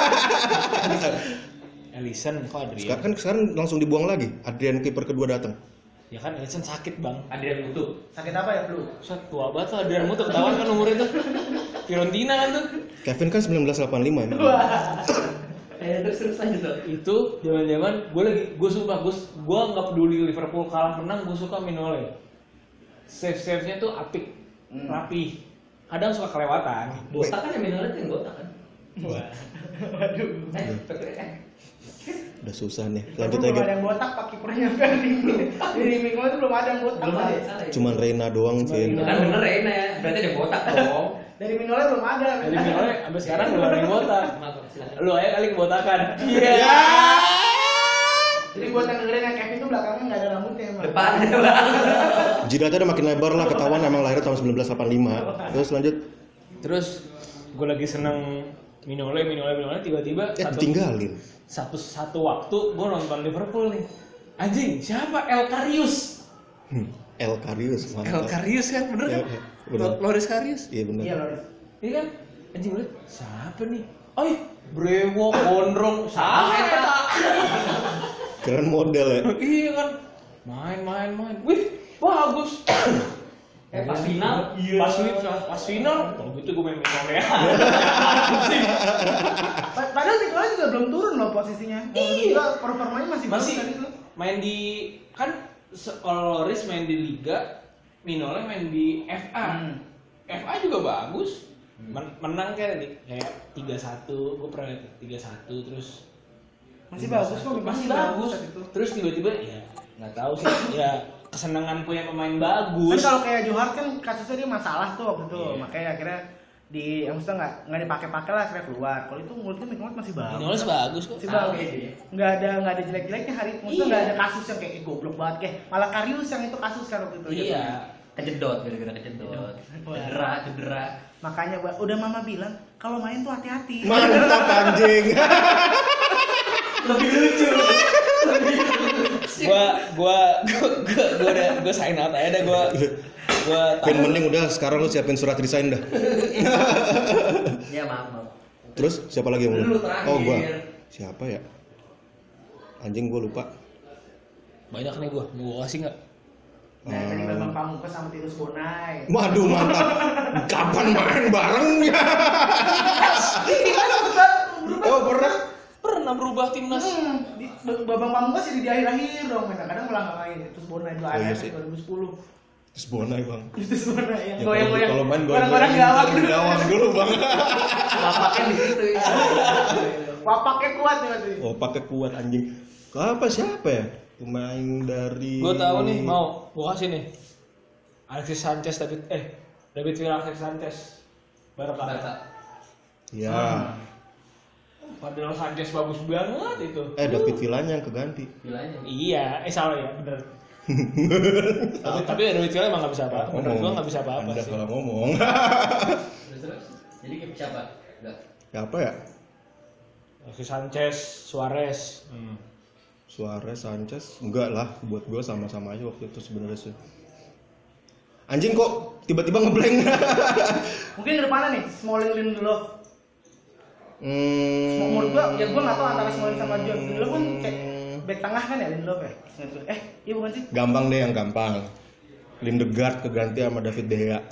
Ellison kok Adrian? Sekarang kan sekarang langsung dibuang lagi. Adrian kiper kedua datang. Ya kan Ellison sakit, Bang. Adrian Mutu. Sakit apa ya, Flu? Set tua banget tuh Adrian Mutu, ketahuan kan umurnya tuh. Fiorentina kan tuh. Kevin kan sembilan belas delapan puluh lima emang. Eh terus terus lanjut tuh. Itu zaman-zaman gue lagi gue suka gue gue nggak peduli Liverpool kalah menang, gue suka Minole. Save-save-nya tuh apik, Hmm. rapi. Kadang suka kelewatan. Botak kan yang Minolet yang botak kan. Wah. Eh, Pepe eh. Udah susah nih. Tapi Lanjut belum aja. ada yang botak pak kipernya kan di di Minggu itu belum ada yang botak. Belum Pak. ada, salah ya. Cuman Reina doang, Vin. Itu kan bener Reina ya. Berarti ada botak dong. Dari Minola belum ada. Jadi Minole sampai sekarang belum ada yang botak. Maaf, silakan. Lu aja kali kebotakan. Iya. Jadi buat yang dengerin yang Kevin tuh belakangnya nggak ada rambutnya emang. Depan ada bang. Jidatnya udah makin lebar lah, ketahuan emang lahir tahun sembilan belas delapan puluh lima. Terus lanjut. Terus gue lagi seneng Minole, Minole, Minole, tiba-tiba Eh, satu, ditinggalin. satu satu waktu gue nonton Liverpool nih. Anjing, siapa? El Karius. Hmm, El Karius, El mantap. Karius kan, bener Iya, kan? iya, bener. Loris Karius. Iya benar. Iya loh. Ini kan anjing lihat siapa nih? Oh, iya, Brewo, Gondrong, siapa ya? Keren model ya. Iya kan, main main main. Wih, bagus. Eh pas final. Pas final, pas final. Kalau gitu gue main Minole ya. Pa- Padahal Minola juga belum turun loh posisinya. Menurut Iya. gua performanya masih bagus Masih kan itu. main di kan se- kalau Loris main di Liga, Minole main di F A. Hmm. F A juga bagus. Men- menang kayak di kayak tiga satu, gue pernah lihat tiga satu terus Masih bagus kok, masih masih bagus. saat itu. Terus tiba-tiba ya nggak tahu sih ya kesenangan punya pemain Kan bagus. kalau kayak Johar kan kasusnya dia masalah tuh waktu itu, Iya. makanya akhirnya di yang maksudnya nggak nggak dipakai-pakai lah akhirnya keluar. Kalau itu menurut gue Minola masih bagus. Minole bagus kok. Masih Sama bagus. dia. Nggak ada nggak ada jelek-jeleknya hari. Maksudnya Iya. nggak ada kasus yang kayak eh, goblok banget kayak malah Karius yang itu kasus kan waktu itu. Iya. Kejedot gara-gara kejedot. Cedera, cedera. Makanya Mbak, udah mama bilang kalau main tuh hati-hati. Mantap anjing. Lebih lucu. Gua gua gua gua, gua udah gua sign out aja dah gua. Gua Vin tahu. mending udah sekarang lu siapin surat resign dah. Ya maaf maaf. Terus siapa lagi yang Lu mulai? terakhir. Oh gua. Siapa ya? Anjing gua lupa. Banyak nih gua. Mau gua kasih enggak? Nah, tadi Bambang Pamungkas sama Titus Bonai. Waduh mantap. Kapan main bareng ya? Oh pernah. Pernah berubah timnas. Hmm, di- Bambang Pamungkas jadi di akhir-akhir dong, kadang-kadang malah nggak main. Titus Bonai dua Oh, iya A F sih. dua ribu sepuluh. Terus Bonai bang. Titus Bonai yang Ya, goyang-goyang. kalau main Orang-orang gawang. gawang dulu bang. Bapaknya di situ ya. Wapaknya kuat nih waktu itu. Oh pakai kuat anjing. Apa siapa ya? Pemain dari. Gua tahu nih, mau gua kasih nih. Alexis Sanchez David eh David Villa Alexis Sanchez Barca. Barca. Ya. Padahal Sanchez bagus banget itu. Eh David Villanya yang keganti. Bilangnya. Iya, eh salah ya, bener. tapi tapi David Villa emang nggak bisa apa-apa. Menurut gua nggak bisa apa-apa Anda sih. salah ngomong. Terus terus. Jadi siapa? Enggak. Ya apa ya? Alexis Sanchez, Suarez. Hmm. Suarez, Sanchez, enggak lah, buat gue sama-sama aja waktu itu sebenarnya sih. Anjing kok tiba-tiba ngeblank. Mungkin ke depannya nih, Smalling Lindelof. hmm, Menurut gua, ya gua nggak tahu antara Smalling sama John Lindelof kan kayak back tengah kan ya Lindelof ya. Eh, iya bukan sih? gampang deh yang gampang. Lindegaard keganti sama David De Gea.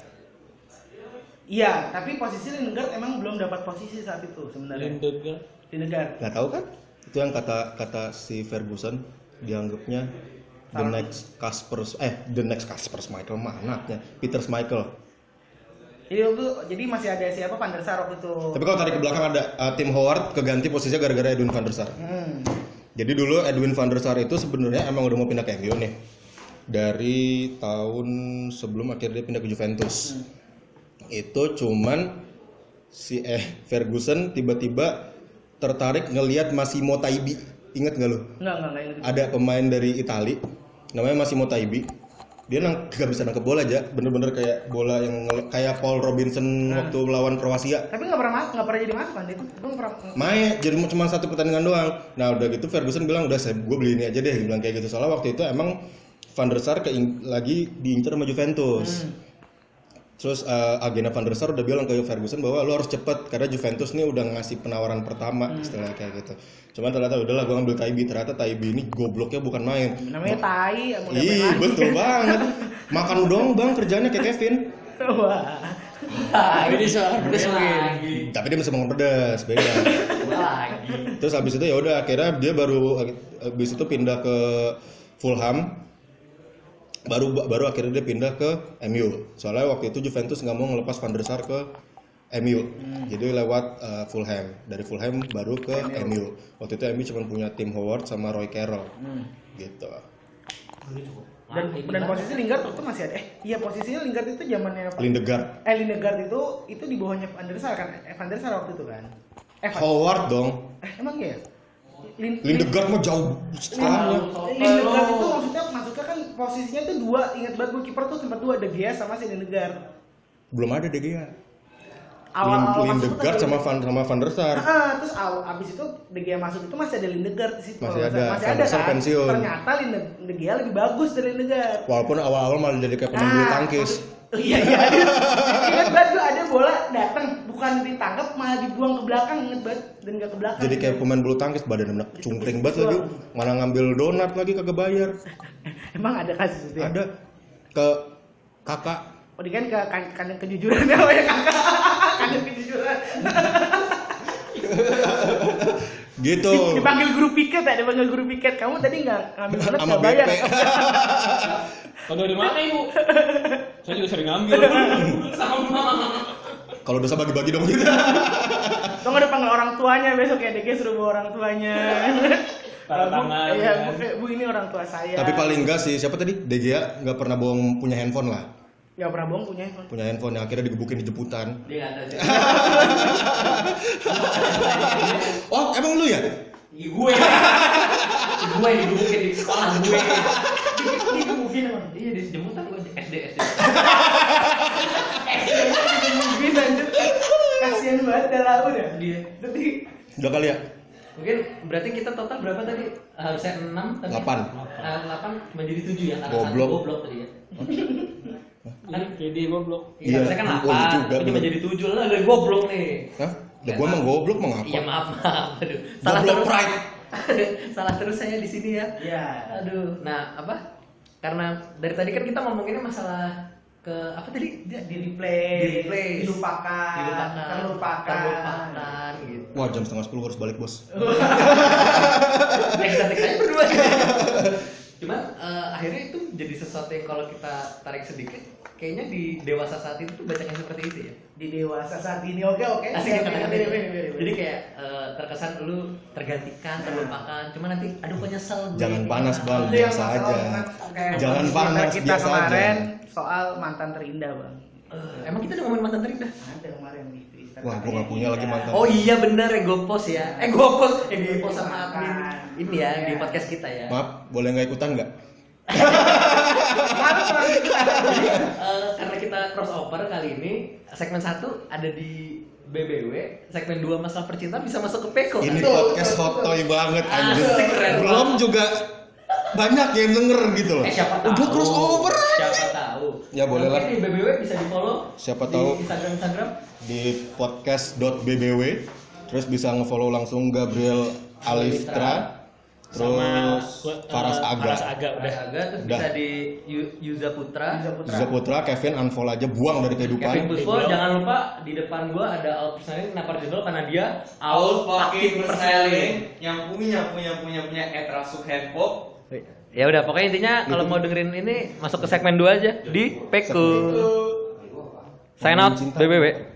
Iya, tapi posisi Lindegaard emang belum dapat posisi saat itu sebenarnya. Lindegaard. Lindegaard. Gak tahu kan? Itu yang kata kata si Ferguson dianggapnya the Salah. next Kasper eh the next Kasper Schmeichel mah anaknya Peter Schmeichel. Jadi waktu jadi masih ada siapa Van der Sar waktu itu. Tapi kalau tarik ke belakang ada uh, Tim Howard keganti posisinya gara-gara Edwin van der Sar. Hmm. Jadi dulu Edwin van der Sar itu sebenarnya emang udah mau pindah ke M U nih. Dari tahun sebelum akhirnya dia pindah ke Juventus. Hmm. Itu cuman si eh Ferguson tiba-tiba tertarik ngelihat Massimo Taibi. Ingat nggak lu? Enggak, enggak, enggak ingat. Ada pemain dari Itali namanya Massimo Taibi. Dia nang gak bisa nangkep bola aja, bener-bener kayak bola yang ngel- kayak Paul Robinson Nah. waktu lawan Kroasia. Tapi nggak pernah mas, nggak pernah jadi masuk kan dia tuh. Gua nggak pernah. Main jadi cuma satu pertandingan doang. Nah udah gitu Ferguson bilang udah saya gue beli ini aja deh, dia bilang kayak gitu. Soalnya waktu itu emang Van der Sar keing- lagi diincar sama Juventus. Hmm. Terus uh, agenda Van der Sar udah bilang ke Ferguson bahwa lo harus cepet karena Juventus nih udah ngasih penawaran pertama istilahnya kayak gitu. Cuman ternyata udahlah gue ngambil Taibi, ternyata Taibi ini gobloknya bukan main. Namanya Tai, mau ngapain Ih lagi? betul banget. Makan dong bang kerjanya kayak Kevin. Wah. Ini soal pedes mungkin. lagi. Tapi dia bisa makan pedas, beda. Lagi. Terus habis itu ya udah akhirnya dia baru habis itu pindah ke Fulham. Baru baru akhirnya dia pindah ke M U. Soalnya waktu itu Juventus nggak mau ngelepas Van der Sar ke M U. Jadi lewat uh, Fulham. Dari Fulham baru ke M U. Waktu itu M U cuma punya Tim Howard sama Roy Carroll. Hmm. Gitu. Dan dan posisi Lingard waktu itu masih ada. Eh, iya posisinya Lingard itu zamannya apa? Lindegaard. Eh Lindegaard itu itu di bawahnya Van der Sar kan? Eh, Van der Sar waktu itu kan? Eh, Van- Howard dong. eh emang iya? Lin- Lindegaard mah jauh setelahnya. Lin- Lindegaard itu maksudnya masuknya kan posisinya tuh dua, ingat banget gue kiper tuh sempat dua, De Gea sama si Lindegaard. Belum ada De Gea. Awal-awal Lin- masuk tuh Lindegaard ada- sama Van sama Van der Sar. Ah, terus awal abis itu De Gea masuk itu masih ada Lindegaard di situ. Masih Kalau nggak ada, salah. masih Van ada der Sar kan? pensiun. Ternyata Linde- De Gea lebih bagus dari Lindegaard. Walaupun awal-awal malah jadi kayak pemain bulu Ah, tangkis. Oh, iya iya. Ingat banget gue ada bola datang bukan ditangkap malah dibuang ke belakang, inget banget dan nggak ke belakang. Jadi kayak pemain bulu tangkis badan anak cungkring banget lagi. Mana ngambil donat lagi kagak bayar. Emang ada kasus itu ya? Ada ke kakak. Oh, dia kan ke kan- kandang kejujuran ya, oh ya kakak. Kandang kejujuran. Gitu. Dipanggil guru piket ya, dipanggil guru piket. Kamu tadi nggak ngambil donat Sama nggak bayar. B P. Kalau dari mana ibu? Saya juga sering ngambil. Kalau dosa bagi-bagi dong gitu. Tuh nggak dipanggil orang tuanya besok ya, D G suruh bawa orang tuanya. Tanda Bu, tangan, Iya, kan. bu, eh, bu ini orang tua saya. Tapi paling enggak sih, siapa tadi? De Gea nggak pernah bohong punya handphone lah. Nggak pernah bohong punya handphone. Punya handphone yang akhirnya digebukin di jemputan. Dia nggak ada sih. Oh, emang lu ya? Ih, gue. Gue yang digebukin di sekolah gue. Ini mungkin emang. Iya di jemputan gue di S D S D. Mungkin lanjut. Kasian banget dah lah udah. Dia. Jadi Udah kali ya? Mungkin berarti kita total berapa tadi? Harusnya enam tapi Delapan. Eh, delapan cuma jadi tujuh ya karena Goblok. satu goblok tadi ya. Kan jadi goblok. Iya, Iya, harusnya kan oh, delapan, juga, tapi cuma bener. jadi tujuh lah dari goblok nih. Hah? Lah gua emang goblok mau ngapa? Iya maaf maaf. Aduh. Salah Goblok terus. pride. Salah terus saya di sini ya. ya. Aduh. Nah, apa? Karena dari tadi kan kita ngomonginnya masalah ke apa tadi? Dia Di replay, Di replay. dilupakan, dilupakan, terlupakan. terlupakan gitu. Wah, jam setengah sepuluh harus balik, Bos. Next next aja berdua. Cuman uh, akhirnya itu jadi sesuatu yang kalau kita tarik sedikit, kayaknya di dewasa saat itu tuh banyak yang seperti itu ya. Di dewasa saat ini oke oke. Asik Oke, kata-kata oke, itu. oke, oke, oke. Jadi kayak uh, terkesan lu tergantikan, terlupakan. Cuma nanti aduh kok nyesel gue. Jangan panas, Bang. Itu yang Biasa masalah aja. banget, kayak Jangan podcast panas, kita biasa kemarin aja. soal mantan terindah, Bang. Uh, emang kita udah ngomongin mantan terindah? Ada kemarin di Twitter. Wah, gua nggak punya lagi mantan. Oh iya bener yang gue post ya. Eh gue post yang di post sama admin ini ya di Iya. podcast kita ya. Maaf, boleh nggak ikutan nggak? Harus harus kita. Jadi uh, karena kita crossover kali ini segmen satu ada di B B W, segmen dua masalah percintaan bisa masuk ke Peko. Ini kan? podcast hotoy banget anjir. Asik, keren Belum juga banyak yang denger gitu loh. Eh siapa tahu. Udah crossover. Siapa tahu. Ya, boleh lah. Nanti di B B W bisa di follow. Siapa di tahu. Instagram Instagram. Di podcast dot b b w terus bisa ngefollow langsung Gabriel Aliftra Sama terus gua, eh, Faras Aga Faras Aga udah. Aga terus Udah. bisa di Yu- Yuza Putra. Yuza Putra. Yuza Putra, Kevin unfollow aja, buang dari Kevin kehidupan. Puspo, Di blog. jangan lupa di depan gua ada Aul Persneling, kenapa judul karena dia Aul fucking Persneling. Persneling yang punya punya punya punya et rasuk handpop. Ya udah pokoknya intinya kalau mau dengerin ini masuk ke segmen dua aja di Peko. Sign out Cinta. B B W.